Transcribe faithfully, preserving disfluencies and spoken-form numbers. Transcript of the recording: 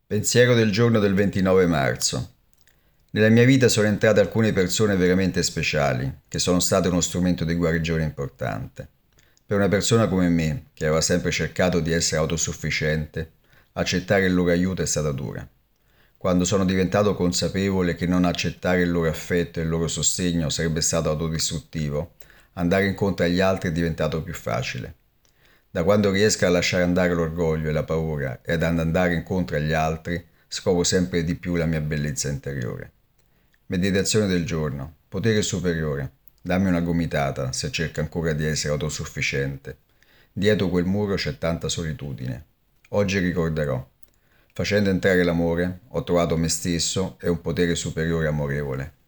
Pensiero del giorno del ventinove marzo. Nella mia vita sono entrate alcune persone veramente speciali, che sono state uno strumento di guarigione importante. Per una persona come me, che aveva sempre cercato di essere autosufficiente, accettare il loro aiuto è stata dura. Quando sono diventato consapevole che non accettare il loro affetto e il loro sostegno sarebbe stato autodistruttivo, andare incontro agli altri è diventato più facile. Da quando riesco a lasciare andare l'orgoglio e la paura e ad andare incontro agli altri, scopro sempre di più la mia bellezza interiore. Meditazione del giorno. Potere superiore. Dammi una gomitata se cerco ancora di essere autosufficiente. Dietro quel muro c'è tanta solitudine. Oggi ricorderò. Facendo entrare l'amore, ho trovato me stesso e un potere superiore amorevole.